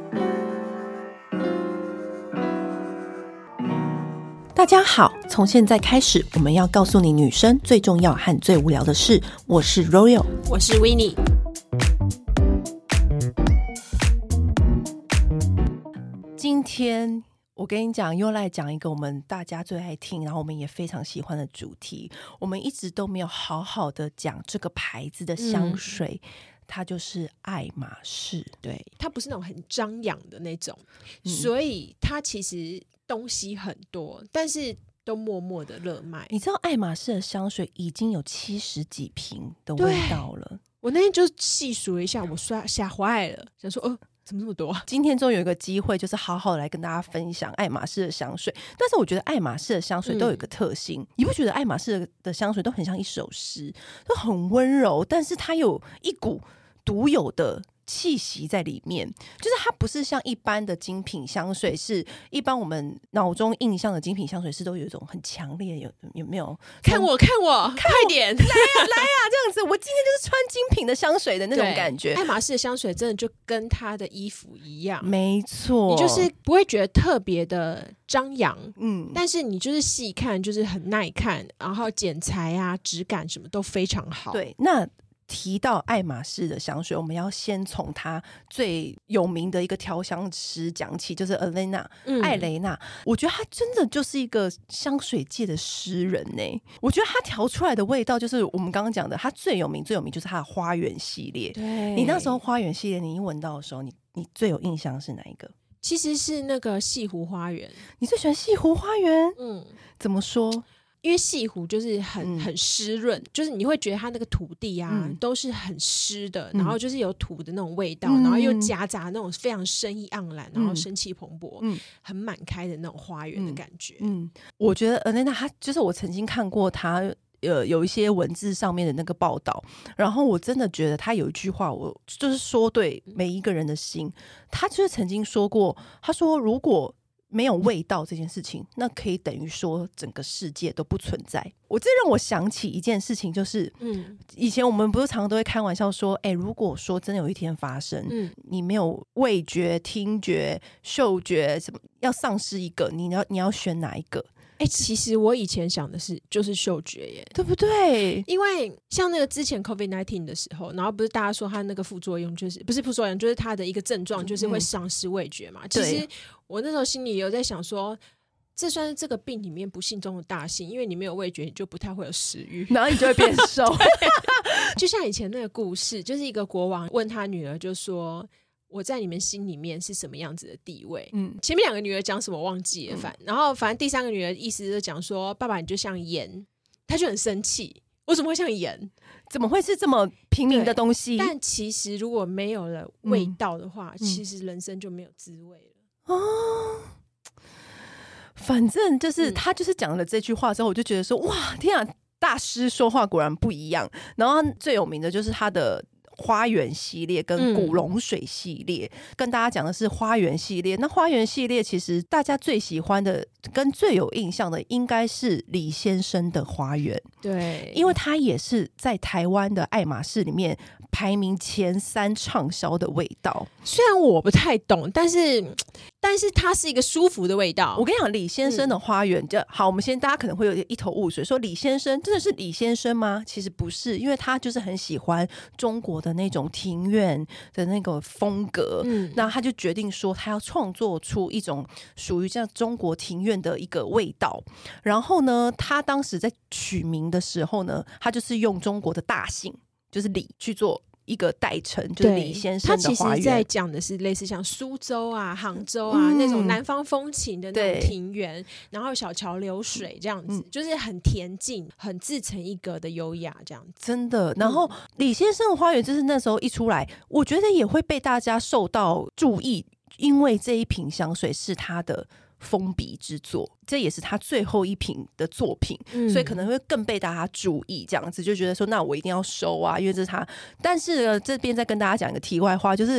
大家好，从现在开始，我们要告诉你女生最重要和最无聊的事。我是 Royal， 我是 Winnie。 今天我跟你讲，又来讲一个我们大家最爱听，然后我们也非常喜欢的主题。我们一直都没有好好的讲这个牌子的香水。它就是爱马仕， 对，它不是那种很张扬的那种，所以它其实东西很多，但是都默默的热卖。 你知道爱马仕的香水已经有70几瓶的味道了。 我那天就细数了一下，我吓坏了，想说怎么这么多？ 今天终于有一个机会，就是好好来跟大家分享爱马仕的香水。但是我觉得爱马仕的香水都有一个特性，你不觉得爱马仕的香水都很像一首诗，都很温柔，但是它有一股独有的气息在里面，就是它不是像一般的精品香水，是一般我们脑中印象的精品香水是都有一种很强烈，有没有？ 看我，快点， 来呀，这样子，我今天就是穿精品的香水的那种感觉。 爱马仕的香水真的就跟它的衣服一样， 没错， 你就是不会觉得特别的张扬，但是你就是细看就是很耐看，然后剪裁啊、质感什么都非常好。 对，那提到爱马仕的香水，我们要先从它最有名的一个调香师讲起，就是艾蕾娜。我觉得她真的就是一个香水界的诗人呢。我觉得她调出来的味道，就是我们刚刚讲的，她最有名就是她的花园系列。 对， 你那时候花园系列，你一闻到的时候，你最有印象是哪一个？ 其实是那个西湖花园。 你最喜欢西湖花园？怎么说？ 因为西湖就是很湿润，就是你会觉得它那个土地啊都是很湿的，然后就是有土的那种味道，然后又夹杂那种非常生意盎然，然后生气蓬勃，很满开的那种花园的感觉。 我觉得那她就是我曾经看过她有一些文字上面的那个报道，然后我真的觉得她有一句话，我就是说对每一个人的心。她就是曾经说过，她说如果没有味道这件事情，那可以等于说整个世界都不存在。这让我想起一件事情，就是以前我们不是常常都会开玩笑说，如果说真的有一天发生，你没有味觉、听觉、嗅觉什么要丧失一个，你要选哪一个？ 其实我以前想的就是嗅觉耶， 对不对？ 因为像那个之前 COVID-19 的时候，然后不是大家说它那个副作用就是不是副作用，就是它的一个症状就是会丧失味觉嘛。其实我那时候心里有在想说，这算是这个病里面不幸中的大幸，因为你没有味觉，你就不太会有食欲， 然后你就会变瘦。 就像以前那个故事，就是一个国王问他女儿，就说我在你们心里面是什么样子的地位？前面2个女儿讲什么忘记了，然后反正第3个女儿意思就讲说，爸爸你就像盐，他就很生气，我怎么会像盐？ 怎么会是这么平民的东西？ 但其实如果没有了味道的话，其实人生就没有滋味了。 反正就是他就是讲了这句话之后，我就觉得说，哇，天啊，大师说话果然不一样。然后最有名的就是他的花园系列跟古龙水系列，跟大家讲的是花园系列。那花园系列其实大家最喜欢的跟最有印象的应该是李先生的花园。 对， 因为他也是在台湾的爱马仕里面排名前3畅销的味道。 虽然我不太懂，但是它是一个舒服的味道。 我跟你讲，李先生的花园好，我们大家可能会有一头雾水，说李先生真的是李先生吗？其实不是，因为他就是很喜欢中国的那种庭院的那个风格，那他就决定说他要创作出一种属于像中国庭院的一个味道。然后呢，他当时在取名的时候呢，他就是用中国的大姓，就是李去做一个代称，就是李先生的花园。 他其实在讲的是类似像苏州啊、杭州啊、那种南方风情的那种庭园，然后小桥流水这样子，就是很恬静、很自成一格的优雅这样子。 真的。然后李先生的花园就是那时候一出来，我觉得也会被大家受到注意，因为这一瓶香水是他的封笔之作，这也是他最后一瓶的作品，所以可能会更被大家注意，这样子就觉得说那我一定要收啊，因为这是他。但是呢，这边再跟大家讲一个题外话，就是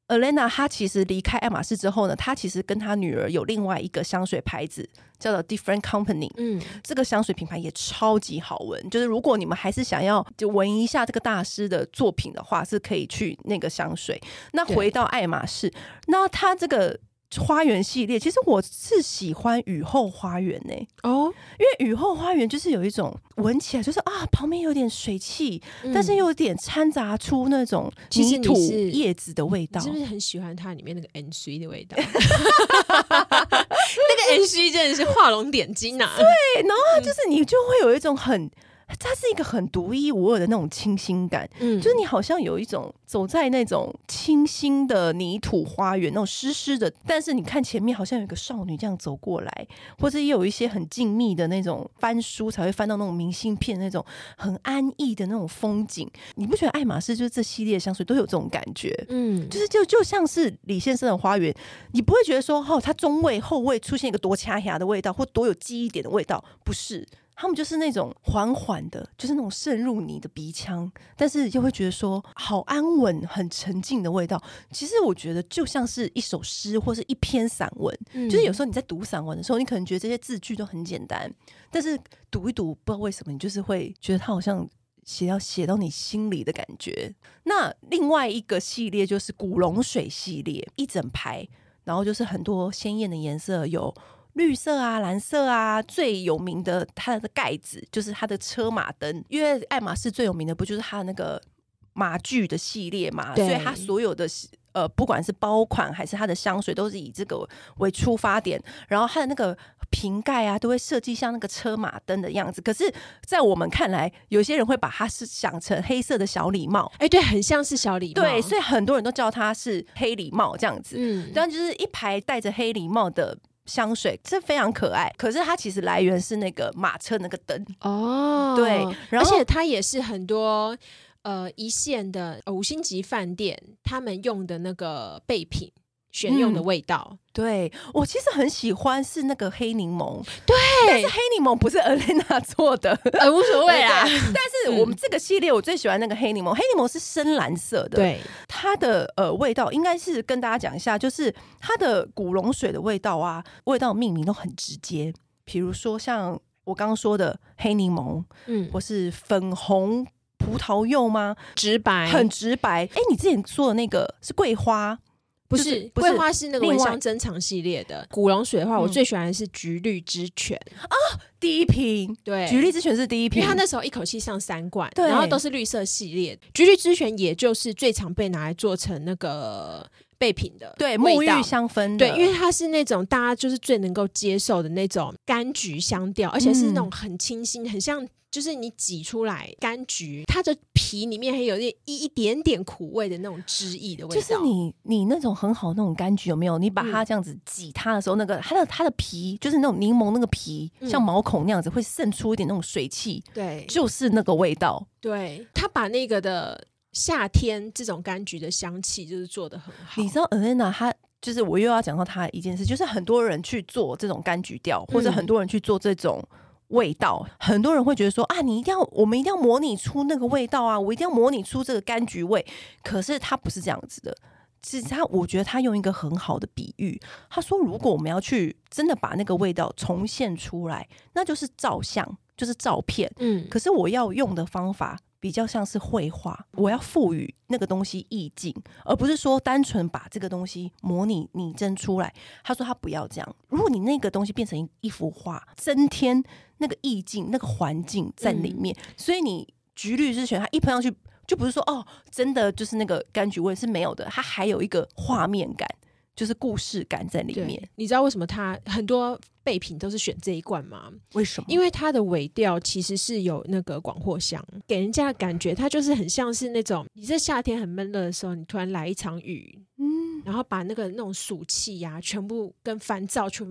Elena 她其实离开爱马仕之后呢，她其实跟她女儿有另外一个香水牌子叫做 Different Company，这个香水品牌也超级好闻，就是如果你们还是想要就闻一下这个大师的作品的话，是可以去那个香水。那回到爱马仕，那它这个花园系列，其实我是喜欢雨后花园因为雨后花园就是有一种闻起来就是旁边有点水汽，但是又有点掺杂出那种泥土叶子的味道。 你是不是很喜欢它里面那个 NC 的味道？那个 NC 真的是画龙点睛啊！ 对，然后就是你就会有一种它是一个很独一无二的那种清新感，就是你好像有一种走在那种清新的泥土花园，那种湿湿的，但是你看前面好像有一个少女这样走过来，或者也有一些很静谧的那种翻书才会翻到那种明信片，那种很安逸的那种风景。你不觉得爱马仕就是这系列香水都有这种感觉？就像是李先生的花园，你不会觉得说它中味后味出现一个多掐牙的味道，或多有记忆点的味道，不是。他们就是那种缓缓的，就是那种渗入你的鼻腔，但是又会觉得说好安稳很沉静的味道。其实我觉得就像是一首诗或是一篇散文，就是有时候你在读散文的时候，你可能觉得这些字句都很简单，但是读一读不知道为什么你就是会觉得它好像写到你心里的感觉。那另外一个系列就是古龙水系列，一整排，然后就是很多鲜艳的颜色，有绿色啊、蓝色啊，最有名的它的盖子就是它的车马灯，因为爱马仕最有名的不就是它的那个马具的系列嘛，所以它所有的不管是包款还是它的香水都是以这个为出发点，然后它的那个瓶盖啊都会设计像那个车马灯的样子。可是在我们看来，有些人会把它是想成黑色的小礼帽， 对，很像是小礼帽， 对，所以很多人都叫它是黑礼帽这样子。但就是一排戴着黑礼帽的香水，这非常可爱。可是它其实来源是那个马车那个灯对，然后而且它也是很多一线的5星级饭店他们用的那个备品选用的味道。 对，我其实很喜欢是那个黑柠檬， 对， 但是黑柠檬不是 Elena 做的无所谓啦。 但是我们这个系列我最喜欢那个黑柠檬，黑柠檬是深蓝色的， 对， 它的味道应该是跟大家讲一下，就是它的古龙水的味道啊，味道命名都很直接，比如说像我刚刚说的黑柠檬，或是粉红葡萄柚吗？ 直白， 很直白。你之前说的那个是桂花。 不是，桂花是那个蚊香珍藏系列的。古龙水的话，我最喜欢的是橘绿之泉第一瓶，对，橘绿之泉是第一瓶， 因为它那时候一口气上3罐，然后都是绿色系列。橘绿之泉也就是最常被拿来做成那个备品的， 对，沐浴香氛的， 对，因为它是那种大家就是最能够接受的那种柑橘香调，而且是那种很清新，很像。就是你挤出来柑橘，它的皮里面还有一点点苦味的那种汁液的味道。 就是你那种很好那种柑橘有没有？你把它这样子挤它的时候，那个它的皮就是那种柠檬那个皮，像毛孔那样子会渗出一点那种水汽， 对， 就是那个味道。 对，它把那个的夏天这种柑橘的香气就是做得很好。 你知道 Elena 她就是我又要讲到她一件事，就是很多人去做这种柑橘调，或者很多人去做这种。味道，很多人会觉得说我们一定要模拟出那个味道啊，我一定要模拟出这个柑橘味。可是它不是这样子的，其实我觉得他用一个很好的比喻，他说如果我们要去真的把那个味道重现出来，那就是照相，就是照片。可是我要用的方法比较像是绘画，我要赋予那个东西意境，而不是说单纯把这个东西模拟拟真出来。他说他不要这样，如果你那个东西变成一幅画，增添那个意境、那个环境在里面，所以你橘绿之泉它一喷上去，就不是说真的就是那个柑橘味是没有的，它还有一个画面感，就是故事感在里面。 你知道为什么它很多备品都是选这一罐吗？ 为什么？ 因为它的尾调其实是有那个广藿香，给人家的感觉它就是很像是那种你在夏天很闷热的时候，你突然来一场雨，然后把那种暑气呀、全部跟烦躁全部都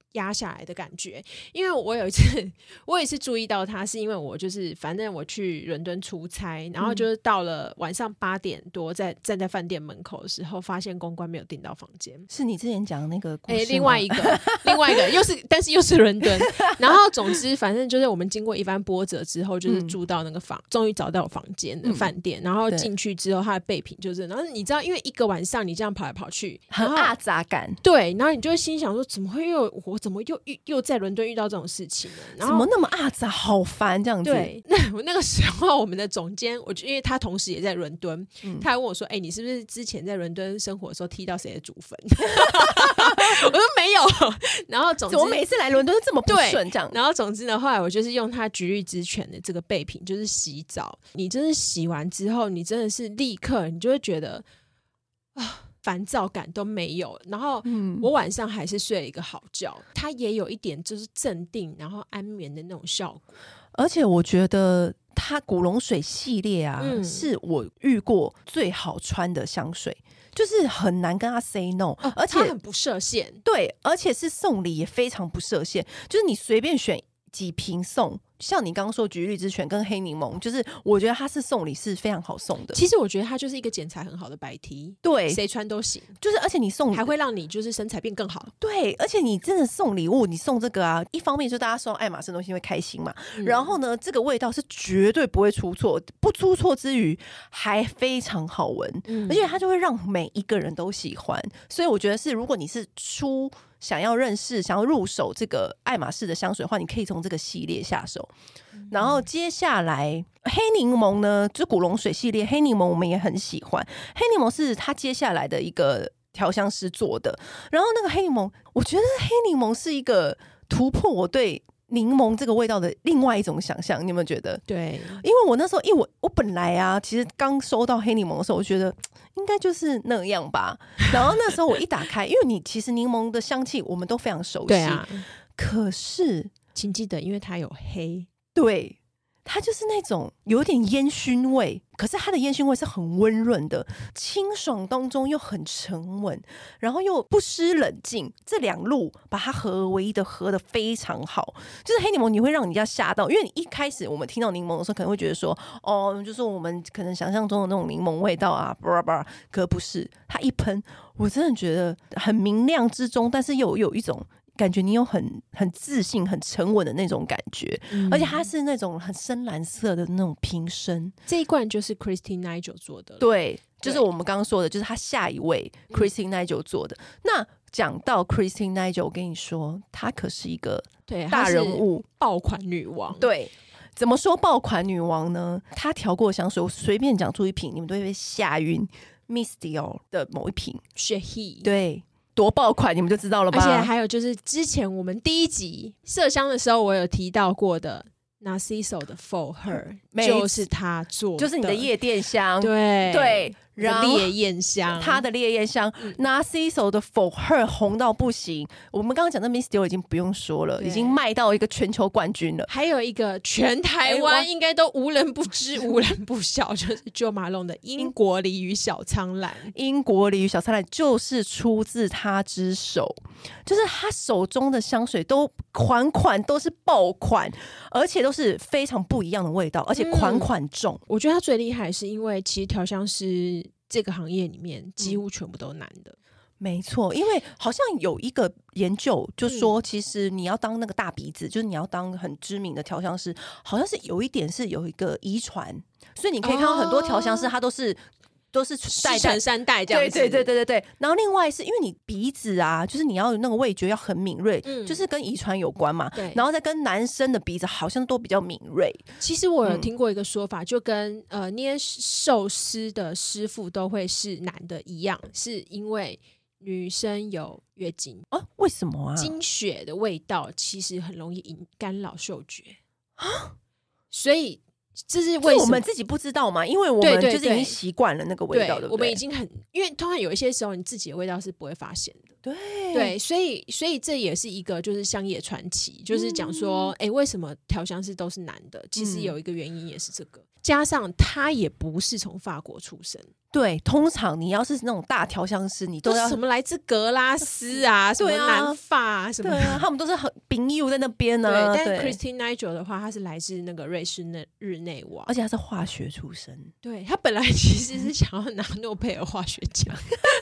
压下来的感觉。因为我有一次注意到他，是因为我就是反正我去伦敦出差，然后就是到了晚上8点多，站在饭店门口的时候，发现公关没有订到房间。 是你之前讲的那个故事吗？ 另外一个但是又是伦敦。然后总之反正就是我们经过一番波折之后，就是住到那个终于找到房间的饭店，然后进去之后他的备品就是，然后你知道因为一个晚上你这样跑来跑去很阿杂感， 对，然后你就会心想说怎么会我怎么又在伦敦遇到这种事情呢？然后怎么那么阿杂，好烦这样子。 对，那个时候我们的总监，因为他同时也在伦敦，他还问我说：“你是不是之前在伦敦生活的时候踢到谁的祖坟？”我说没有。然后总之， 我每次来伦敦都这么不顺这样。 然后总之呢，后来我就是用他菊律之泉的这个备品，就是洗澡。你真的洗完之后，你真的是立刻，你就会觉得烦躁感都没有，然后我晚上还是睡了一个好觉。它也有一点就是镇定然后安眠的那种效果。 而且我觉得它古龙水系列啊，是我遇过最好穿的香水，就是很难跟他 say no，而且它很不设限。 对，而且是送礼也非常不设限，就是你随便选几瓶送。像你刚刚说菊律之泉跟黑柠檬，就是我觉得它是送礼是非常好送的。 其实我觉得它就是一个剪裁很好的白 T， 对， 谁穿都行。 就是而且你送还会让你就是身材变更好。 对，而且你真的送礼物，你送这个啊，一方面就大家送爱马仕的东西会开心嘛，然后呢，这个味道是绝对不会出错，不出错之余还非常好闻，而且它就会让每一个人都喜欢。所以我觉得是，如果你是想要认识、想要入手这个爱马仕的香水的话，你可以从这个系列下手。然后接下来黑柠檬呢，就古龙水系列黑柠檬我们也很喜欢。黑柠檬是它接下来的一个调香师做的，然后那个黑柠檬，我觉得黑柠檬是一个突破我对柠檬这个味道的另外一种想象，你有没有觉得？ 对， 因为我那时候，我本来啊，其实刚收到黑柠檬的时候，我觉得应该就是那样吧。然后那时候我一打开，因为其实柠檬的香气我们都非常熟悉， 对啊。 可是请记得，因为它有黑， 对。它就是那种有点烟熏味，可是它的烟熏味是很温润的，清爽当中又很沉稳，然后又不失冷静，这两路把它合而为一的合得非常好。就是黑柠檬你会让人家吓到，因为你一开始我们听到柠檬的时候可能会觉得说就是我们可能想象中的那种柠檬味道啊，可不是，它一喷我真的觉得很明亮之中，但是又有一种感觉你有很自信很沉稳的那种感觉，而且它是那种很深蓝色的那种瓶身。 这一罐就是 Christine Nigel 做的， 对，就是我们刚刚说的，就是他下一位 Christine Nigel 做的。那讲到 Christine Nigel， 我跟你说，她可是一个大人物， 爆款女王。 对，怎么说爆款女王呢？她调过香水，我随便讲出一瓶，你们都会被吓晕。Miss Dior 的某一瓶 Shehe， 对。多爆款你们就知道了吧。 而且还有就是之前我们第一集麝香的时候我有提到过的 Narciso 的 For Her， 就是他做的， 就是你的夜店香。 对，烈焰香， 它的烈焰香，Narciso 的 For Her 红到不行。我们刚刚讲的 Miss Dior 已经不用说了，已经卖到一个全球冠军了。 还有一个全台湾应该都无人不知、无人不晓，就是 Jo Malone 的英国梨与小苍兰。 英国梨与小苍兰就是出自他之手，就是他手中的香水都款都是爆款，而且都是非常不一样的味道，而且款重。 我觉得他最厉害是因为其实调香师这个行业里面几乎全部都男的。 没错，因为好像有一个研究就说，其实你要当那个大鼻子，就是你要当很知名的调香师，好像是有一点是有一个遗传，所以你可以看到很多调香师他都是代3代这样子。 对。然后另外是因为你鼻子啊，就是你要有那个味觉要很敏锐，就是跟遗传有关嘛。 对。 然后再跟男生的鼻子好像都比较敏锐。 其实我有听过一个说法，就跟捏寿司的师傅都会是男的一样，是因为女生有月经啊？为什么啊？ 经血的味道其实很容易干扰嗅觉啊，所以这是为什么我们自己不知道嘛？因为我们就是已经习惯了那个味道，对不对？ 我们已经因为通常有一些时候你自己的味道是不会发现的。 对，所以这也是一个就是乡野传奇，就是讲说为什么调香师都是男的，其实有一个原因也是这个，加上他也不是从法国出生。 对，通常你要是那种大调香师，你都要什么来自格拉斯啊，什么南法啊，什么对啊，他们都是很朋友在那边呢。 对，但 Christine Nigel 的话，他是来自那个瑞士日内瓦， 而且他是化学出身。 对，他本来其实是想要拿诺贝尔化学奖，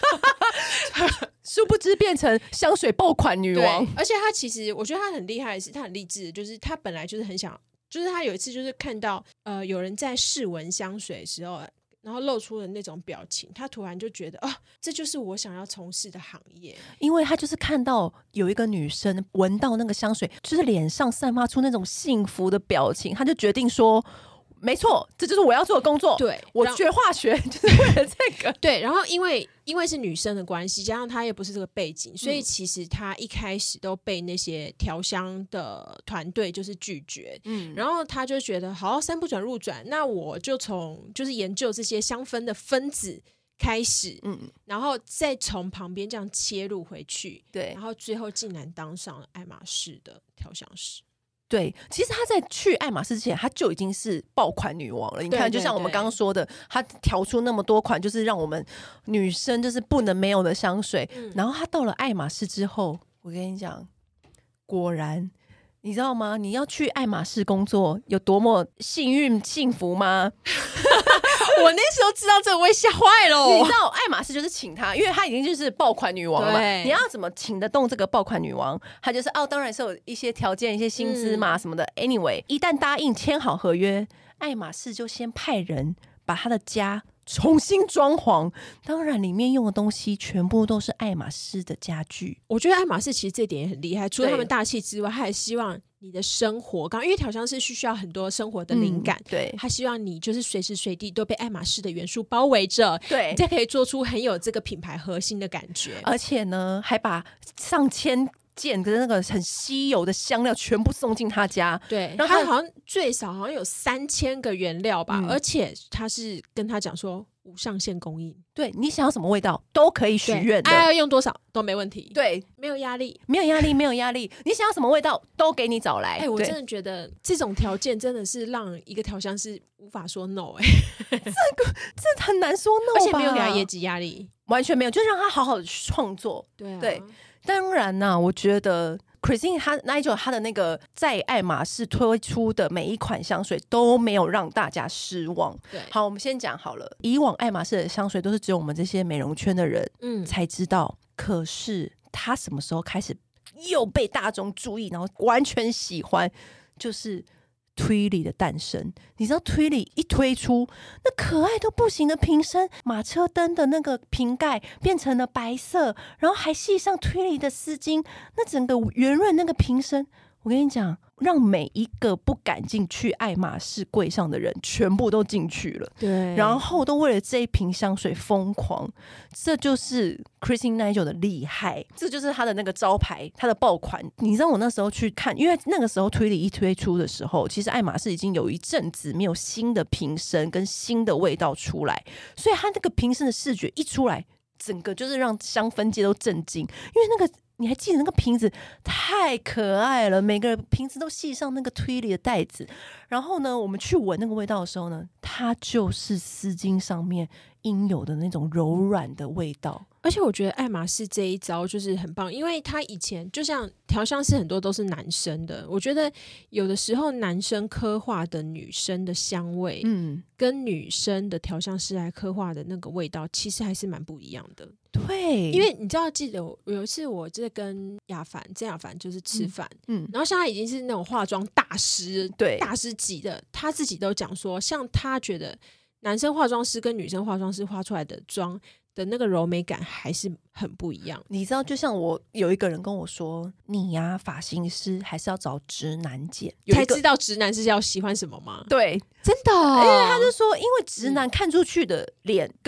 殊不知变成香水爆款女王。 而且他其实我觉得他很厉害的是，他很励志，就是他本来就是很想，就是他有一次就是看到有人在试闻香水的时候，然后露出了那种表情，他突然就觉得这就是我想要从事的行业。 因为他就是看到有一个女生闻到那个香水，就是脸上散发出那种幸福的表情，他就决定说没错，这就是我要做的工作。 对， 我学化学就是为了这个。 对，然后因为是女生的关系，加上她也不是这个背景，所以其实她一开始都被那些调香的团队就是拒绝。然后她就觉得好，山不转路转，那我就从就是研究这些香氛的分子开始，然后再从旁边这样切入回去， 对， 然后最后竟然当上了爱马仕的调香师。 对，其实她在去爱马仕之前，她就已经是爆款女王了。你看，就像我们刚刚说的，她调出那么多款，就是让我们女生就是不能没有的香水。然后她到了爱马仕之后，我跟你讲，果然，你知道吗？你要去爱马仕工作有多么幸运幸福吗？ 我那时候知道这个，我也吓坏了。 你知道爱马仕就是请她，因为她已经就是爆款女王了嘛。你要怎么请得动这个爆款女王？她就是当然是有一些条件、一些薪资嘛什么的。Anyway， 一旦答应签好合约，爱马仕就先派人把她的家重新装潢，当然里面用的东西全部都是爱马仕的家具。 我觉得爱马仕其实这点也很厉害，除了他们大气之外，他还希望你的生活，因为调香师需要很多生活的灵感， 对， 他希望你就是随时随地都被爱马仕的元素包围着， 对， 你才可以做出很有这个品牌核心的感觉。 而且呢，还把上千件的那个很稀有的香料全部送进他家， 对，然后他好像最少好像有3000个原料吧，而且他是跟他讲说无上限供应， 对，你想要什么味道都可以许愿的， 要用多少都没问题， 对， 没有压力， 没有压力，没有压力，你想要什么味道都给你找来。 我真的觉得这种条件真的是让一个调香师无法说 no。 这很难说 no 吧， 而且没有给他业绩压力， 完全没有，就让他好好的创作。对，当然啦，我觉得 Christine Nigel 她的那个在爱马仕推出的每一款香水都没有让大家失望。 对， 好，我们先讲好了，以往爱马仕的香水都是只有我们这些美容圈的人才知道，可是她什么时候开始又被大众注意，然后完全喜欢，就是推理的诞生。你知道推理一推出，那可爱到不行的瓶身，马车灯的那个瓶盖变成了白色，然后还系上推理的丝巾，那整个圆润那个瓶身，我跟你讲，让每一个不敢进去爱马仕柜上的人全部都进去了， 对， 然后都为了这一瓶香水疯狂。这就是 Christine Nigel 的厉害，这就是他的那个招牌，他的爆款。你知道我那时候去看，因为那个时候推理一推出的时候，其实爱马仕已经有一阵子没有新的瓶身跟新的味道出来，所以他那个瓶身的视觉一出来，整个就是让香氛界都震惊。因为那个你还记得那个瓶子太可爱了，每个瓶子都系上那个推理的带子，然后呢我们去闻那个味道的时候呢，它就是丝巾上面应有的那种柔软的味道。 而且我觉得爱马仕这一招就是很棒，因为他以前就像调香师很多都是男生的，我觉得有的时候男生刻画的女生的香味，跟女生的调香师来刻画的那个味道其实还是蛮不一样的。 对， 因为你知道，记得有一次我就是跟郑雅凡就是吃饭，然后像他已经是那种化妆大师， 对， 大师级的，他自己都讲说，像他觉得男生化妆师跟女生化妆师画出来的妆的那个柔美感还是很不一样。 你知道，就像我有一个人跟我说，你呀，发型师还是要找直男剪， 才知道直男是要喜欢什么吗？ 对， 真的， 因为他就说，因为直男看出去的脸跟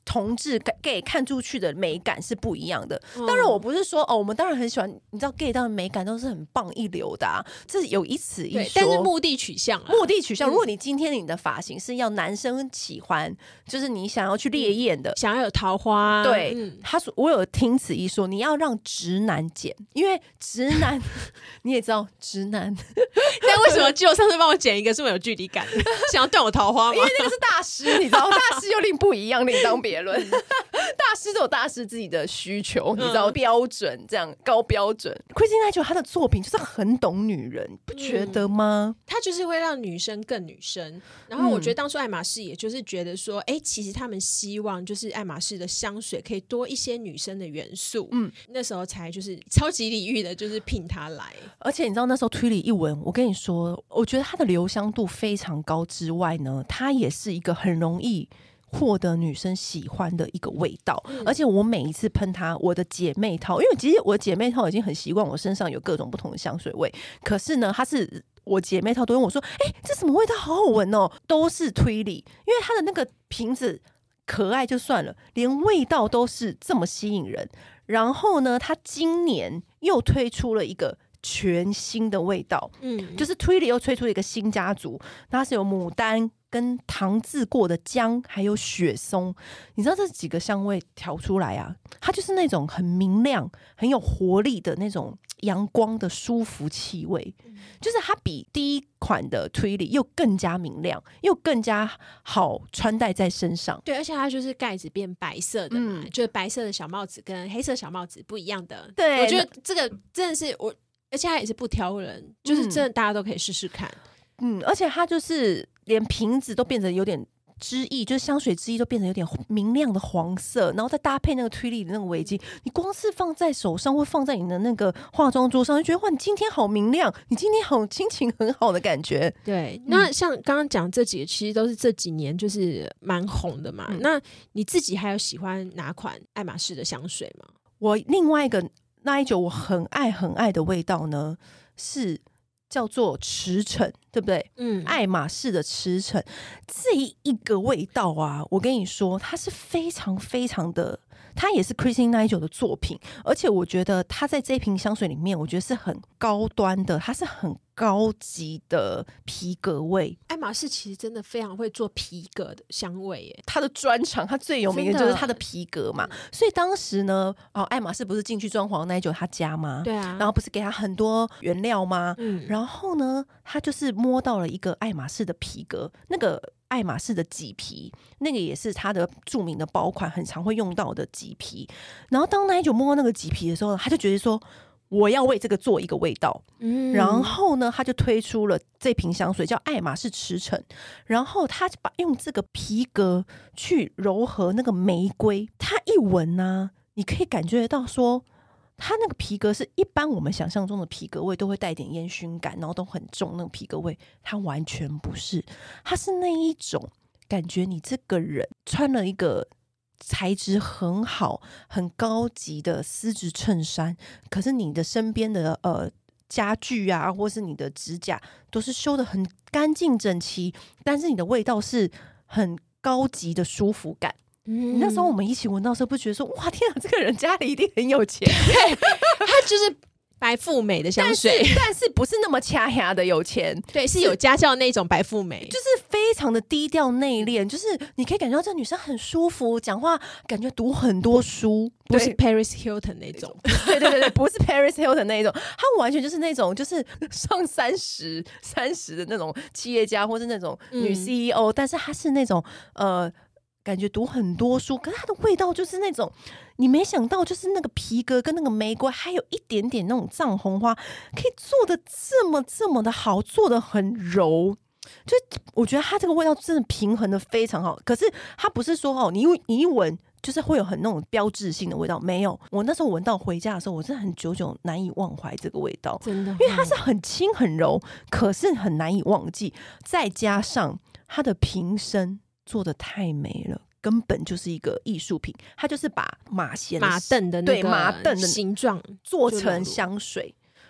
同志 gay 看出去的美感是不一样的。当然我不是说我们当然很喜欢，你知道 gay 当然美感都是很棒一流的这有一词一说， 但是目的取向如果你今天你的发型是要男生喜欢，就是你想要去烈焰的， 想要有桃花， 对，我有听此一说，你要让直男剪，因为直男你也知道直男但为什么就上次帮我剪一个这么有距离感想要断我桃花吗？ 因为那个是大师，你知道大师又另不一样，另当别论大师都有大师自己的需求，你知道标准，这样高标准。Christine Naijo 他的作品就是很懂女人，不觉得吗？ 他就是会让女生更女生。然后我觉得当初爱马仕也就是觉得说其实他们希望就是爱马仕的香水可以多一些女生的元素，那时候才就是超级礼遇的就是聘他来。 而且你知道那时候推理一闻，我跟你说，我觉得它的留香度非常高之外呢，它也是一个很容易获得女生喜欢的一个味道。而且我每一次喷它，我的姐妹套，因为其实我的姐妹套已经很习惯我身上有各种不同的香水味，可是呢它是我姐妹套都跟我说这什么味道好好闻哦，都是推理，因为它的那个瓶子可爱就算了，连味道都是这么吸引人。然后呢它今年又推出了一个全新的味道，就是推理又推出了一个新家族，它是有牡丹跟糖渍过的姜还有雪松。你知道这几个香味调出来它就是那种很明亮很有活力的那种阳光的舒服气味，就是它比第一款的推理又更加明亮，又更加好穿戴在身上。 对，而且它就是盖子变白色的嘛，就是白色的小帽子跟黑色小帽子不一样的。 对， 我觉得这个真的是而且它也是不挑人，就是真的大家都可以试试看。 而且它就是连瓶子都变成有点汁液，就是香水汁液都变成有点明亮的黄色，然后再搭配那个推理的那个围巾，你光是放在手上或放在你的那个化妆桌上，就觉得哇，你今天好明亮，你今天好心情很好的感觉。 对，那像刚刚讲这几个其实都是这几年就是蛮红的嘛。那你自己还有喜欢哪款爱马仕的香水吗？ 我另外一个Naijo我很爱很爱的味道呢是叫做驰骋，对不对？爱马仕的驰骋这一个味道我跟你说它是非常非常的，它也是 Christine Naijo 的作品，而且我觉得它在这瓶香水里面我觉得是很高端的，它是很高级的皮革味。 爱马仕其实真的非常会做皮革的香味耶， 它的专长，它最有名的就是它的皮革嘛。所以当时呢爱马仕不是进去装潢Naijo他家吗？ 对啊， 然后不是给他很多原料吗？然后呢他就是摸到了一个爱马仕的皮革，那个爱马仕的麂皮，那个也是他的著名的包款，很常会用到的麂皮。然后当Naijo摸到那个麂皮的时候，他就觉得说我要为这个做一个味道，然后呢他就推出了这瓶香水叫爱马仕驰骋，然后他把用这个皮革去柔和那个玫瑰，他一闻你可以感觉得到说它那个皮革是一般我们想象中的皮革味都会带点烟熏感，然后都很重那个皮革味，它完全不是，它是那一种感觉你这个人穿了一个材质很好很高级的丝质衬衫，可是你的身边的家具或是你的指甲都是修得很干净整齐，但是你的味道是很高级的舒服感。那时候我们一起闻到的时候不觉得说哇天啊，这个人家里一定很有钱他就是白富美的香水， 但是不是那么掐牙的有钱， 对，是有家教那种白富美， 就是非常的低调内敛，就是你可以感觉到这女生很舒服，讲话感觉读很多书， 不是 Paris Hilton 那种对对对对，不是 Paris Hilton 那种，她完全就是那种就是上30的那种企业家或是那种女 CEO，但是她是那种感觉读很多书，可是它的味道就是那种你没想到，就是那个皮革跟那个玫瑰还有一点点那种藏红花可以做的这么的好，做的很柔，就我觉得它这个味道真的平衡的非常好。可是它不是说你一闻就是会有很那种标志性的味道，没有。我那时候闻到回家的时候，我真的很久久难以忘怀这个味道， 真的， 因为它是很轻很柔，可是很难以忘记，再加上它的瓶身做的太美了，根本就是一个艺术品。它就是把马凳的那个马凳的形状做成香水，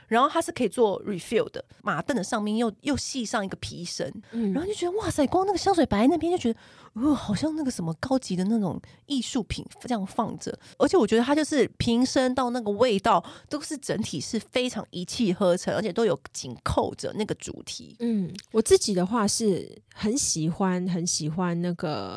然后它是可以做 refill 的，马镫的上面又系上一个皮绳，然后就觉得哇塞，光那个香水摆在那边就觉得好像那个什么高级的那种艺术品这样放着，而且我觉得它就是瓶身到那个味道都是整体是非常一气呵成，而且都有紧扣着那个主题。 我自己的话是很喜欢那个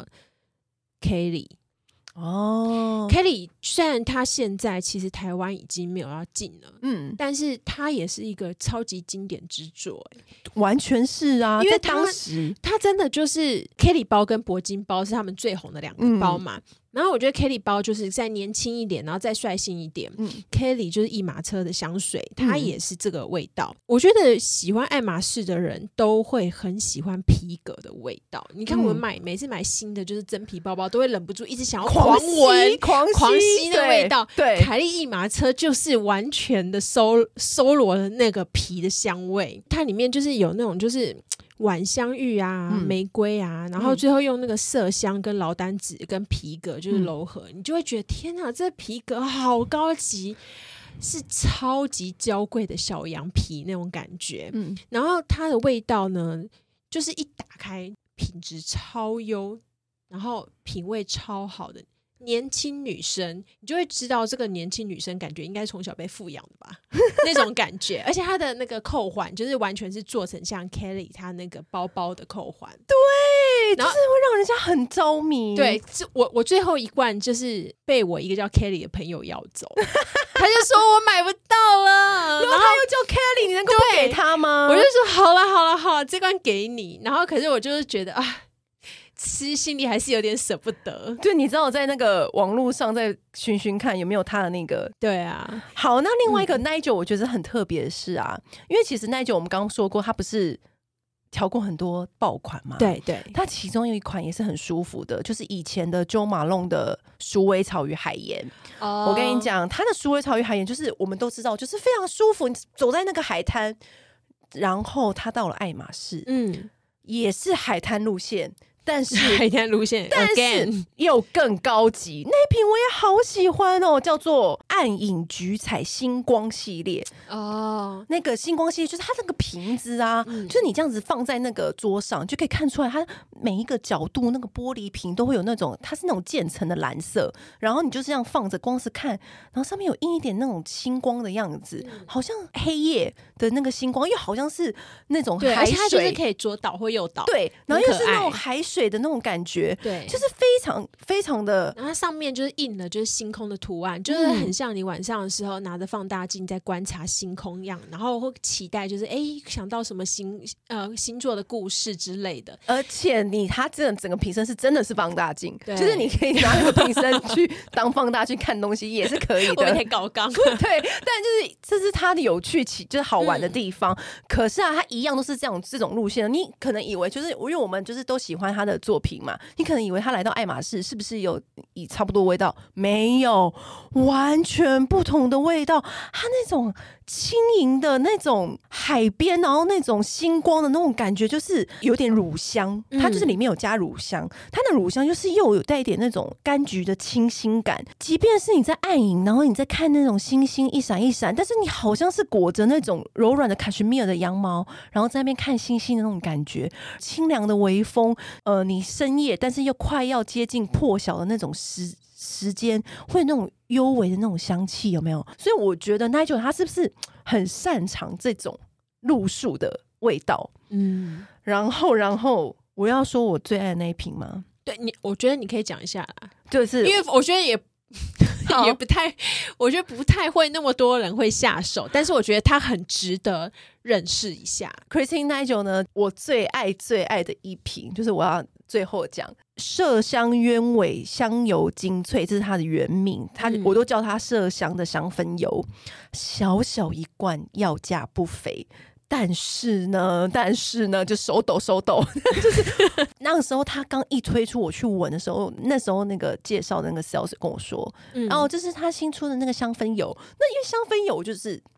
Kelly。Kelly 虽然他现在其实台湾已经没有要进了，但是他也是一个超级经典之作， 完全是啊， 因为在当时他真的就是 Kelly 包跟铂金包是他们最红的两个包嘛。然后我觉得 Kelly 包就是再年轻一点，然后再率性一点。Kelly 就是一马车的香水，它也是这个味道。我觉得喜欢爱马仕的人都会很喜欢皮革的味道。你看我们每次买新的就是真皮包包，都会忍不住一直想要狂闻、狂吸那味道。 对， 凯莉一马车就是完全的收罗了那个皮的香味，它里面就是有那种就是晚香玉啊、玫瑰啊，然后最后用那个麝香跟劳丹脂跟皮革就是糅合，你就会觉得天哪，这皮革好高级，是超级娇贵的小羊皮那种感觉。然后它的味道呢，就是一打开品质超优，然后品味超好的年轻女生，你就会知道这个年轻女生感觉应该从小被富养的吧那种感觉。而且她的那个扣环就是完全是做成像 Kelly 她那个包包的扣环， 对，就是会让人家很着迷。 对，我最后一罐就是被我一个叫 Kelly 的朋友要走他就说我买不到了， 然后他又叫 Kelly， 你能够不给他吗？ 我就说好了，这罐给你。然后可是我就是觉得其实心里还是有点舍不得。 就你知道我在那个网络上再寻看有没有他的那个。 对啊。 好，那另外一个Nigel我觉得很特别的是因为其实Nigel我们刚刚说过他不是调过很多爆款嘛， 对对， 他其中有一款也是很舒服的，就是以前的Jo Malone的鼠尾草与海盐。我跟你讲，他的鼠尾草与海盐就是我们都知道，就是非常舒服，你走在那个海滩，然后他到了爱马仕，也是海滩路线。但是海滩路线， 但是又更高级。那一瓶我也好喜欢哦，叫做暗影菊彩星光系列。那个星光系列就是它那个瓶子就是你这样子放在那个桌上，就可以看出来它每一个角度那个玻璃瓶都会有那种，它是那种渐层的蓝色，然后你就这样放着，光是看，然后上面有印一点那种星光的样子，好像黑夜的那个星光，又好像是那种海水， 而且它就是可以左倒或右倒， 对，然后又是那种海水的那种感觉， 对， 就是非常非常的。 然后它上面就是印了就是星空的图案，就是很像你晚上的时候拿着放大镜在观察星空一样，然后会期待就是想到什么星座的故事之类的。而且它整个瓶身是真的是放大镜，就是你可以拿那个瓶身去当放大镜看东西也是可以的。 我们可以搞纲对，但就是这是它的有趣就是好玩的地方。可是它一样都是这种路线的，你可能以为就是因为我们就是都喜欢它的作品嘛，你可能以为他来到爱马仕是不是有以差不多味道？没有，完全不同的味道。它那种轻盈的那种海边，然后那种星光的那种感觉，就是有点乳香，它就是里面有加乳香，它的乳香就是又有带一点那种柑橘的清新感。即便是你在暗影，然后你在看那种星星一闪一闪，但是你好像是裹着那种柔软的卡什米尔的羊毛，然后在那边看星星的那种感觉，清凉的微风，你深夜但是又快要接近破晓的那种时间，会有那种幽微的那种香气，有没有？所以我觉得 Nigel 他是不是很擅长这种路数的味道？然后我要说我最爱的那一瓶吗？ 对，我觉得你可以讲一下啦， 就是因为我觉得也不太，我觉得不太会那么多人会下手，但是我觉得它很值得认识一下。 Christine Nigel 呢，我最爱的一瓶，就是我要最后讲麝香鸢尾香油精粹，这是它的原名，我都叫它麝香的香氛油，小小一罐，要价不菲。但是呢，就手抖，就是那个时候他刚一推出，我去闻的时候，那时候那个介绍的那个 sales 跟我说，然后这是他新出的那个香氛油。那因为香氛油就是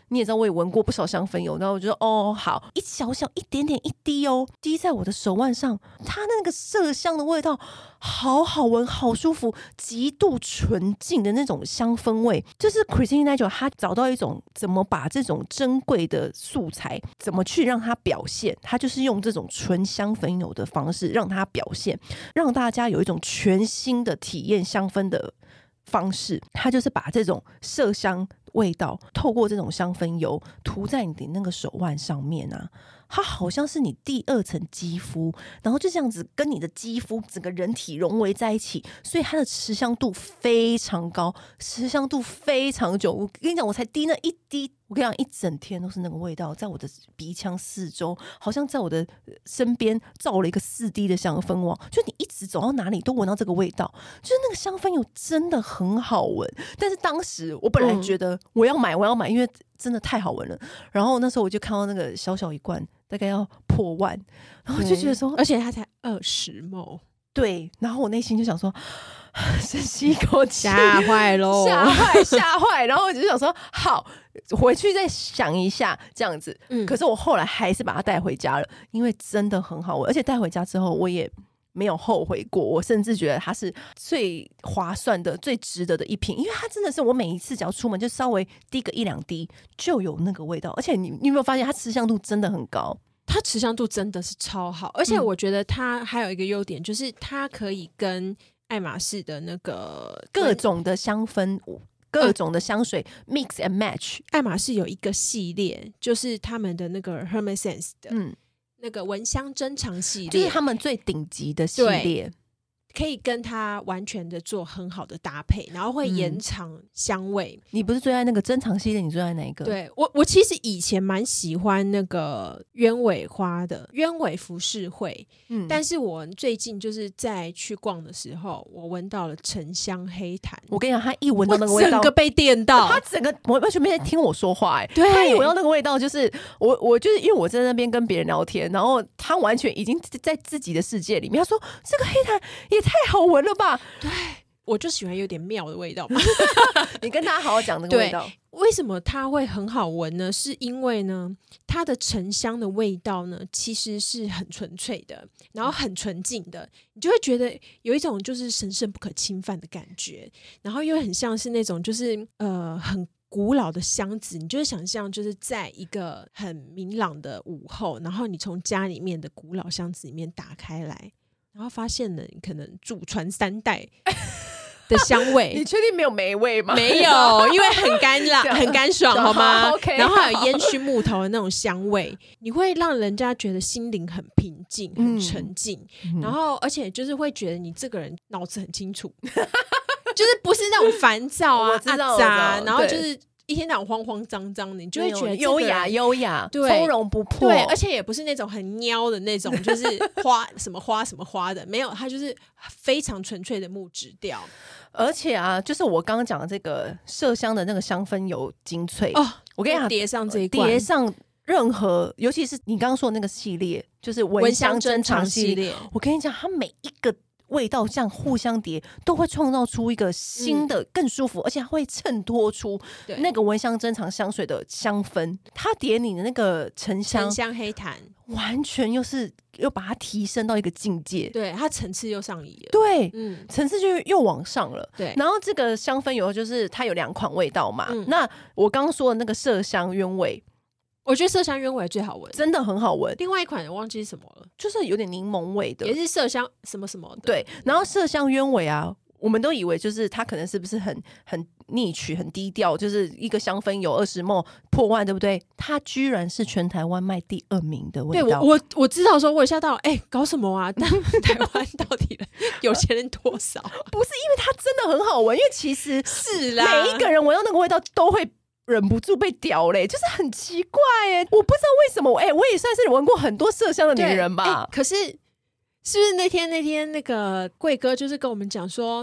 你也知道我也闻过不少香氛油，然后我就说哦好，一小小一点点一滴哦，滴在我的手腕上，它那个麝香的味道好好闻，好舒服，极度纯净的那种香氛味。就是 Christine Nigel 他找到一种怎么把这种珍贵的素材怎么去让它表现，他就是用这种纯香氛油的方式让它表现，让大家有一种全新的体验香氛的方式。他就是把这种麝香味道透过这种香氛油涂在你的那个手腕上面啊，它好像是你第二层肌肤，然后就这样子跟你的肌肤整个人体融为在一起，所以它的持香度非常高，持香度非常久。我跟你讲，我才滴那一滴，我跟你讲一整天都是那个味道在我的鼻腔四周，好像在我的身边罩了一个4D 的香氛网，就你一直走到哪里都闻到这个味道，就是那个香氛油真的很好闻。但是当时我本来觉得我要买，因为真的太好闻了。然后那时候我就看到那个小小一罐大概要破万，然后我就觉得说， 而且它才20ml。 对，然后我内心就想说，深吸一口气， 吓坏咯， 吓坏，然后我就想说，好，回去再想一下这样子。可是我后来还是把它带回家了，因为真的很好闻，而且带回家之后我也没有后悔过，我甚至觉得它是最划算的、最值得的一瓶，因为它真的是我每一次只要出门就稍微滴个1-2滴就有那个味道，而且你有没有发现它持香度真的很高？ 它持香度真的是超好，而且我觉得它还有一个优点，就是它可以跟爱马仕的那个各种的香氛、各种的香水mix and match。 爱马仕有一个系列，就是他们的那个 Hermès 的，那个蚊香珍藏系列， 就是他们最顶级的系列。 可以跟它完全的做很好的搭配，然后会延长香味。 你不是最爱那个珍藏系列，你最爱哪一个？ 对，我其实以前蛮喜欢那个鸢尾花的鸢尾浮世绘，但是我最近就是在去逛的时候，我闻到了沉香黑檀。 我跟你讲，他一闻到那个味道， 整个被电到， 他整个我完全没在听我说话， 对， 他一闻到那个味道，就是我就是因为我在那边跟别人聊天，然后他完全已经在自己的世界里面，他说这个黑檀也太好闻了吧？ 对，我就喜欢有点妙的味道嘛。 你跟大家好好讲那个味道。 为什么它会很好闻呢？是因为呢，它的沉香的味道呢，其实是很纯粹的，然后很纯净的，你就会觉得有一种就是神圣不可侵犯的感觉，然后又很像是那种就是很古老的箱子，你就会想象就是在一个很明朗的午后，然后你从家里面的古老箱子里面打开来，然后发现了你可能祖传3代的香味。 你确定没有霉味吗？ 没有，因为很干爽好吗？ okay, 然后还有烟熏木头的那种香味，你会让人家觉得心灵很平静、很沉静，然后而且就是会觉得你这个人脑子很清楚，就是不是那种烦躁啊、杂，然后就是一天到晚慌慌张张的，你就会觉得优雅，从容不迫。 对，而且也不是那种很喵的那种，就是什么花的，没有，它就是非常纯粹的木质调。 而且啊，就是我刚刚讲的这个麝香的那个香氛油精粹哦，我跟你讲， 叠上这一罐， 叠上任何，尤其是你刚刚说的那个系列，就是蚊香珍藏系列，我跟你讲，它每一个味道像互相叠，都会创造出一个新的、更舒服，而且它会衬托出那个蚊香珍藏香水的香氛。它叠你的那个沉香黑檀， 完全又把它提升到一个境界， 对，它层次又上移了， 对，层次就又往上了。 对， 然后这个香氛油就是它有2款味道嘛，那我刚刚说的那个麝香鸢尾。 我觉得麝香鸢尾最好闻， 真的很好闻。 另外一款我忘记是什么了， 就是有点柠檬味的， 也是麝香什么什么的。 对，然后麝香鸢尾啊，我们都以为就是它可能是不是很niche、很低调，就是一个香氛有20ml破万，对不对？它居然是全台湾卖第2名的味道。 对，我知道说，我也吓到了，搞什么啊？但台湾到底有钱人多少？ 不是因为它真的很好闻，因为其实是啦， 每一个人闻到那个味道都会忍不住被屌嘞，就是很奇怪耶，我不知道为什么，我也算是闻过很多麝香的女人吧。 可是是不是那天那个贵哥就是跟我们讲说，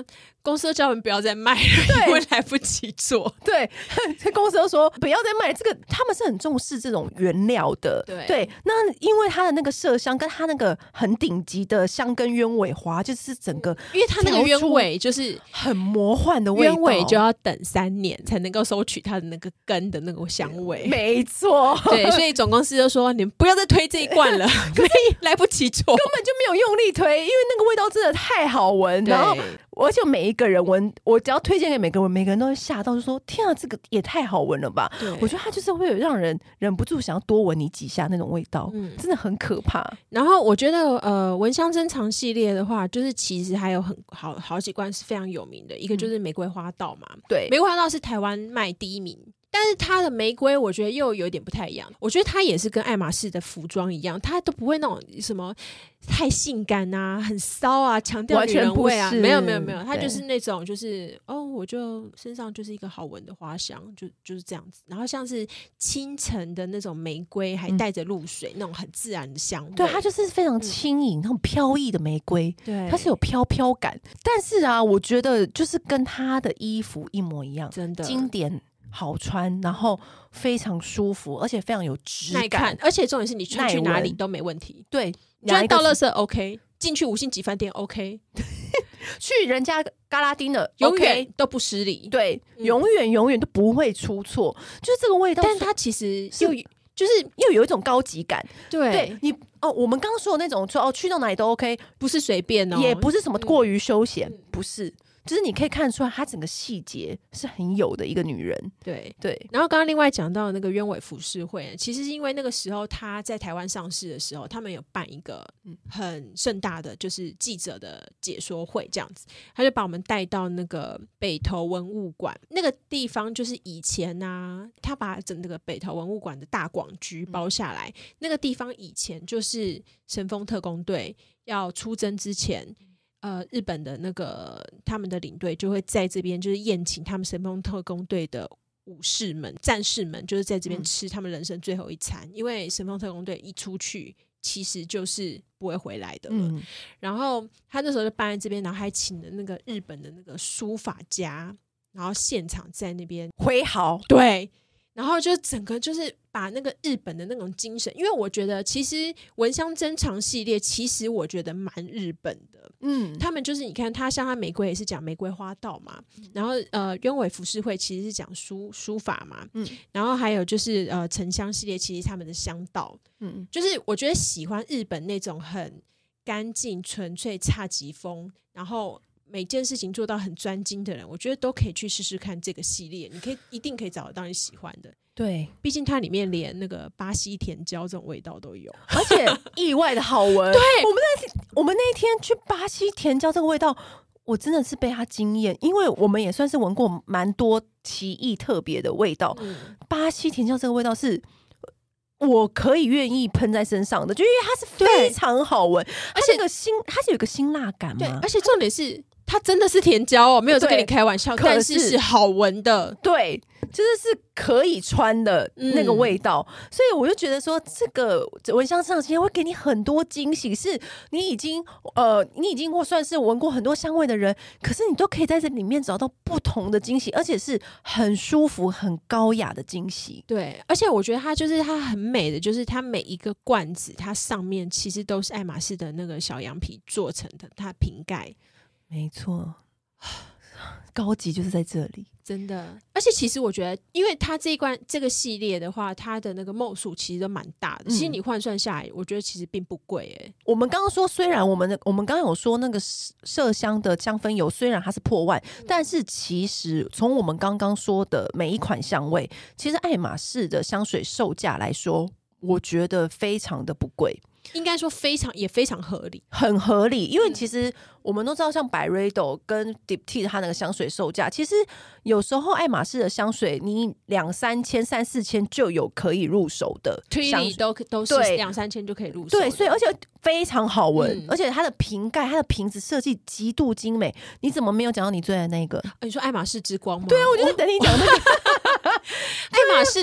公司都叫我们不要再卖了，因为来不及做。 对，公司都说不要再卖这个，他们是很重视这种原料的。对，那因为它的那个麝香跟它那个很顶级的香根鸢尾花，就是整个， 因为它那个鸢尾就是很魔幻的味道， 鸢尾就要等3年才能够收取它的那个根的那个香味。 没错， 对，所以总公司就说你们不要再推这一罐了，来不及做， 根本就没有用力推，因为那个味道真的太好闻，然后而且每一个人闻，我只要推荐给每个人，每个人都会吓到，就说天啊，这个也太好闻了吧！我觉得它就是会有让人忍不住想要多闻你几下那种味道，真的很可怕。 然后我觉得闻香珍藏系列的话，就是其实还有好几罐是非常有名的，一个就是玫瑰花道嘛，对，玫瑰花道是台湾卖第1名。但是它的玫瑰我觉得又有点不太一样，我觉得它也是跟爱马仕的服装一样，它都不会那种什么太性感啊很骚啊强调女人味啊，没有，它就是那种就是我就身上就是一个好闻的花香，就是这样子，然后像是清晨的那种玫瑰还带着露水，那种很自然的香味， 对，它就是非常轻盈那种飘逸的玫瑰， 对， 它是有飘飘感，但是啊我觉得就是跟它的衣服一模一样，真的经典好穿，然后非常舒服，而且非常有质感，耐看， 而且重点是你出去哪里都没问题。 对， 就算到垃圾 OK， 进去5星级饭店 OK， 去人家嘎拉丁的永远都不失礼， 对，永远都不会出错，就是这个味道。 但是它其实又有一种高级感， 对你我们刚刚说的那种说去到哪里都 OK， 不是随便也不是什么过于休闲，不是。就是你可以看出来，她整个细节是很有的一个女人。对。 然后刚刚另外讲到那个鸢尾服饰会，其实是因为那个时候她在台湾上市的时候，他们有办一个很盛大的就是记者的解说会，这样子，他就把我们带到那个北投文物馆那个地方，就是以前啊，他把整个北投文物馆的大广居包下来，那个地方以前就是神风特攻队要出征之前。日本的那个他们的领队就会在这边就是宴请他们神风特攻队的武士们战士们，就是在这边吃他们人生最后一餐，因为神风特攻队一出去其实就是不会回来的了。然后他那时候就搬在这边，然后还请了那个日本的那个书法家，然后现场在那边挥毫， 对，然后就整个就是把那个日本的那种精神，因为我觉得其实闻香珍藏系列其实我觉得蛮日本的，他们就是你看它像它玫瑰也是讲玫瑰花道嘛，然后鸢尾服饰会其实是讲书法嘛，然后还有就是沉香系列其实他们的香道，就是我觉得喜欢日本那种很干净纯粹侘寂风，然后每件事情做到很专精的人，我觉得都可以去试试看这个系列，你一定可以找得到你喜欢的。 对， 毕竟它里面连那个巴西甜椒这种味道都有， 而且意外的好闻。 对， 我们那一天去巴西甜椒这个味道，我真的是被它惊艳，因为我们也算是闻过蛮多奇异特别的味道。巴西甜椒这个味道是我可以愿意喷在身上的，就因为它是非常好闻，而且它是有一个辛辣感嘛。 对，而且重点是它真的是甜椒没有在跟你开玩笑，但是好闻的， 对，就是可以穿的那个味道，所以我就觉得说，这个闻香珍藏系列会给你很多惊喜，是你已经算是闻过很多香味的人，可是你都可以在这里面找到不同的惊喜，而且是很舒服、很高雅的惊喜。 对，而且我觉得它很美的，就是它每一个罐子，它上面其实都是爱马仕的那个小羊皮做成的，它瓶盖。 没错，高级就是在这里， 真的。而且其实我觉得，因为它这个系列的话，它的那个墨数其实都蛮大的，其实你换算下来，我觉得其实并不贵我们刚刚说，虽然我们刚刚有说那个麝香的香氛油，虽然它是破万，但是其实从我们刚刚说的每一款香味，其实爱马仕的香水售价来说，我觉得非常的不贵。 应该说也非常合理， 很合理，因为其实我们都知道，像百瑞斗跟 Diptyque 它那个香水售价，其实有时候爱马仕的香水，你2-3千、3-4千就有可以入手的香水， 都是2-3千就可以入手。 对，所以而且非常好闻，而且它的瓶盖、它的瓶子设计极度精美。你怎么没有讲到你最爱的那个？ 你说爱马仕之光吗？ 对啊，我就是等你讲那个。 爱马仕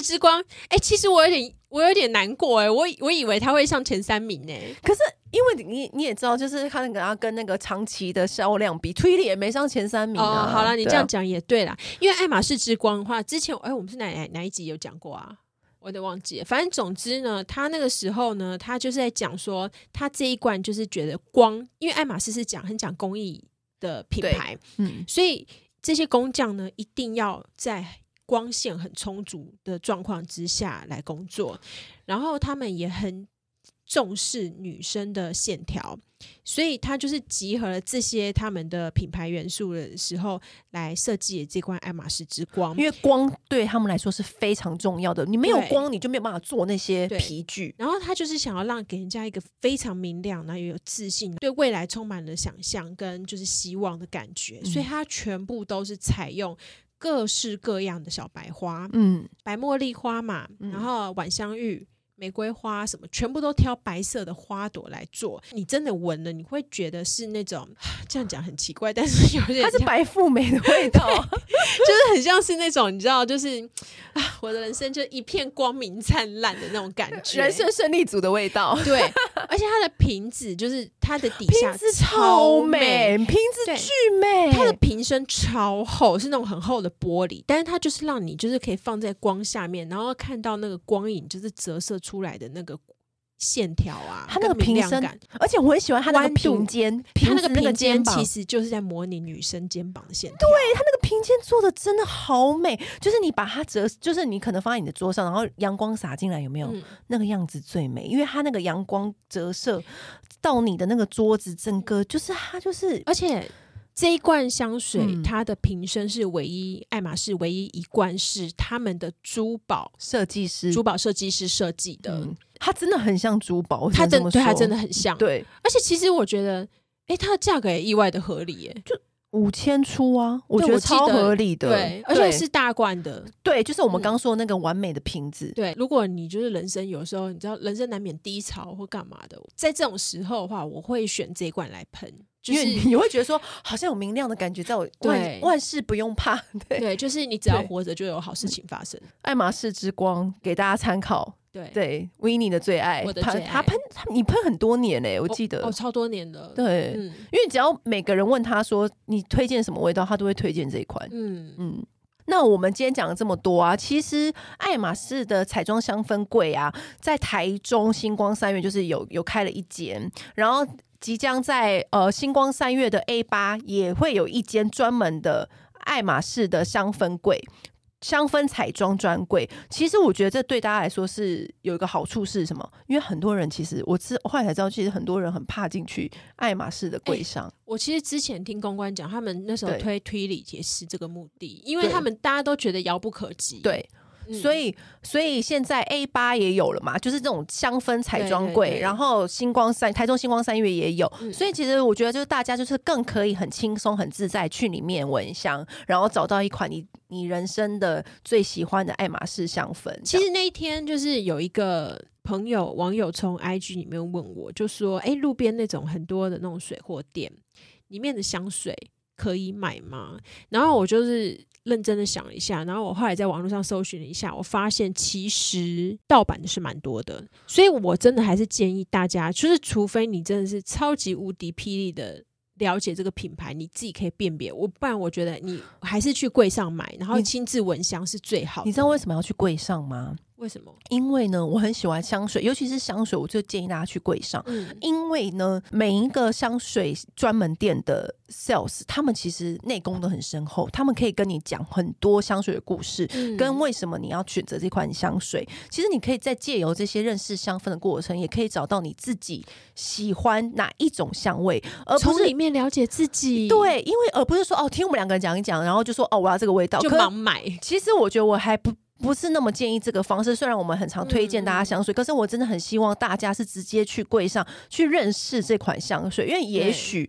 之光，其实我有点难过我以为他会上前3名可是因为你也知道，就是他跟那个长期的销量比，推理也没上前3名啊。 好了，你这样讲也对啦，因为爱马仕之光的话，之前我们是哪一集有讲过啊？我有点忘记了。反正总之呢，他那个时候呢，他就是在讲说，他这一罐就是觉得光，因为爱马仕是很讲工艺的品牌，所以这些工匠呢，一定要在光线很充足的状况之下来工作，然后他们也很重视女生的线条，所以他就是集合了这些他们的品牌元素的时候来设计了这罐爱马仕之光。 因为光对他们来说是非常重要的，你没有光你就没有办法做那些皮具。 然后他就是想要给人家一个非常明亮，然后也有自信，对未来充满了想象跟就是希望的感觉，所以他全部都是采用各式各样的小白花，白茉莉花嘛，然后晚香玉、玫瑰花什么，全部都挑白色的花朵来做。你真的闻了，你会觉得是那种这样讲很奇怪，但是有点它是白富美的味道， 就是很像是那种你知道，就是我的人生就一片光明灿烂的那种感觉， 人生胜利组的味道。 对，而且它的瓶子就是它的底下瓶子超美，瓶子巨美， 它的瓶身超厚，是那种很厚的玻璃，但是它就是让你就是可以放在光下面，然后看到那个光影就是折射出来的那个线条啊， 它那个瓶身，而且我很喜欢它那个瓶肩， 它那个瓶肩其实就是在模拟女生肩膀的线条。 对，它那个瓶肩做的真的好美，就是你把它就是你可能放在你的桌上，然后阳光洒进来，有没有、那个样子最美？因为它那个阳光折射到你的那个桌子，整个就是它就是， 而且这一罐香水，它的瓶身是爱马仕唯一一罐是他们的珠宝设计师设计的。 它真的很像珠宝， 它真的很像。 对， 而且其实我觉得，它的价格也意外的合理耶， 就5000出啊，我觉得超合理的。 对，而且是大罐的。 对，就是我们刚说的那个完美的瓶子。 对，如果你就是人生有时候你知道人生难免低潮或干嘛的，在这种时候的话，我会选这一罐来喷。 因为你会觉得说好像有明亮的感觉，在我万事不用怕。 对，就是你只要活着就有好事情发生。 爱马仕之光给大家参考。对 Winnie 的最爱， 我的最爱， 你喷很多年我记得超多年了。 对，因为只要每个人问他说你推荐什么味道，他都会推荐这一款。那我们今天讲了这么多啊，其实爱马仕的彩妆香氛柜啊，在台中星光3月就是有开了一间，然后即将在星光3月的 A8 也会有一间专门的爱马仕的香氛柜。香氛彩妆专柜，其实我觉得这对大家来说是有一个好处是什么？因为很多人其实我后来才知道，其实很多人很怕进去爱马仕的柜上。 我其实之前听公关讲，他们那时候推理也是这个目的，因为他们大家都觉得遥不可及。 对。所以现在 A8 也有了嘛，就是这种香氛彩妆柜，然后台中星光3月也有，所以其实我觉得就是大家就是更可以很轻松很自在去里面闻香，然后找到一款你人生的最喜欢的爱马仕香氛。 其实那一天就是有一个网友从 IG 里面问我，就说路边那种很多的那种水货店里面的香水可以买吗？然后我就是认真的想了一下，然后我后来在网络上搜寻了一下，我发现其实盗版的是蛮多的，所以我真的还是建议大家，就是除非你真的是超级无敌霹雳的了解这个品牌，你自己可以辨别，不然我觉得你还是去柜上买，然后亲自闻香是最好的。 你知道为什么要去柜上吗？ 为什么？ 因为呢，我很喜欢香水，尤其是香水，我就建议大家去柜上。因为呢，每一个香水专门店的 sales， 他们其实内功都很深厚，他们可以跟你讲很多香水的故事，跟为什么你要选择这款香水。其实你可以在借由这些认识香氛的过程，也可以找到你自己喜欢哪一种香味，而不是从里面了解自己。 对，因为而不是说听我们两个人讲一讲，然后就说我要这个味道就盲买。 其实我觉得我还不是那么建议这个方式，虽然我们很常推荐大家香水，可是我真的很希望大家是直接去柜上去认识这款香水，因为也许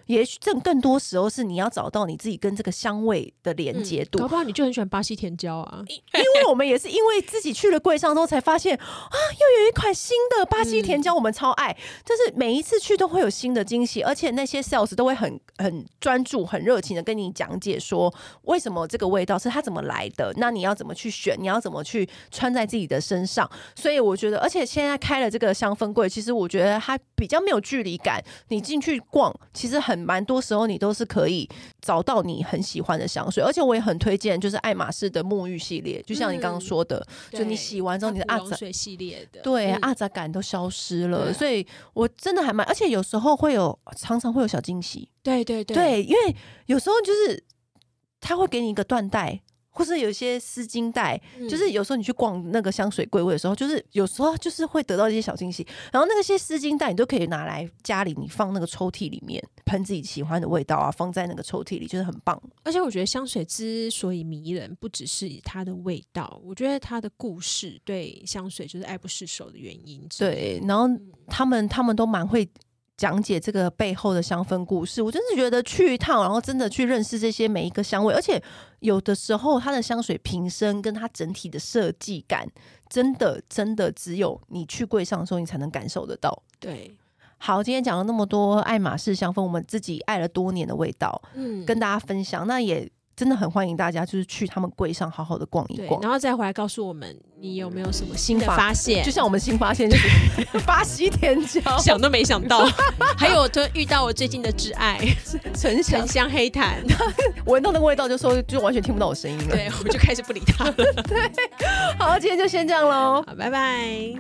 也许更多时候是你要找到你自己跟这个香味的连结度。 搞不好你就很喜欢巴西甜椒啊， 因为我们也是因为自己去了柜上之后才发现啊，又有一款新的巴西甜椒，我们超爱。就是每一次去都会有新的惊喜，而且那些 sales 都会很专注、很热情的跟你讲解说为什么这个味道是它怎么来的，那你要怎么去选，你要怎么去穿在自己的身上。所以我觉得，而且现在开了这个香氛柜，其实我觉得它比较没有距离感。你进去逛，其实蛮多时候你都是可以找到你很喜欢的香水，而且我也很推荐就是爱马仕的沐浴系列，就像你刚刚说的，就你洗完之后你的阿杂水系列的， 对，阿杂感都消失了，所以我真的还蛮，而且有时候常常会有小惊喜， 对， 因为有时候就是他会给你一个缎带。或是有一些丝巾带，就是有时候你去逛那个香水柜位的时候，就是有时候就是会得到一些小惊喜，然后那些丝巾带你都可以拿来家里，你放那个抽屉里面，喷自己喜欢的味道啊，放在那个抽屉里，就是很棒。 而且我觉得香水之所以迷人，不只是它的味道，我觉得它的故事对香水就是爱不释手的原因。 对，然后他们都蛮会讲解这个背后的香氛故事，我真是觉得去一趟，然后真的去认识这些每一个香味，而且有的时候它的香水瓶身跟它整体的设计感，真的只有你去柜上的时候你才能感受得到。 对， 好，今天讲了那么多爱马仕香氛，我们自己爱了多年的味道，跟大家分享，那也真的很欢迎大家就是去他们柜上好好的逛一逛， 然后再回来告诉我们你有没有什么新的发现。 就像我们新发现就是巴西甜椒， 想都没想到。还有就遇到我最近的挚爱沉香黑檀， 闻到那个味道就说就完全听不到我声音了， 对，我就开始不理他了。 对，好，今天就先这样咯， 好，拜拜。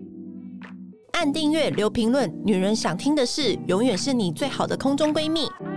按订阅留评论，女人想听的事永远是你最好的空中闺蜜。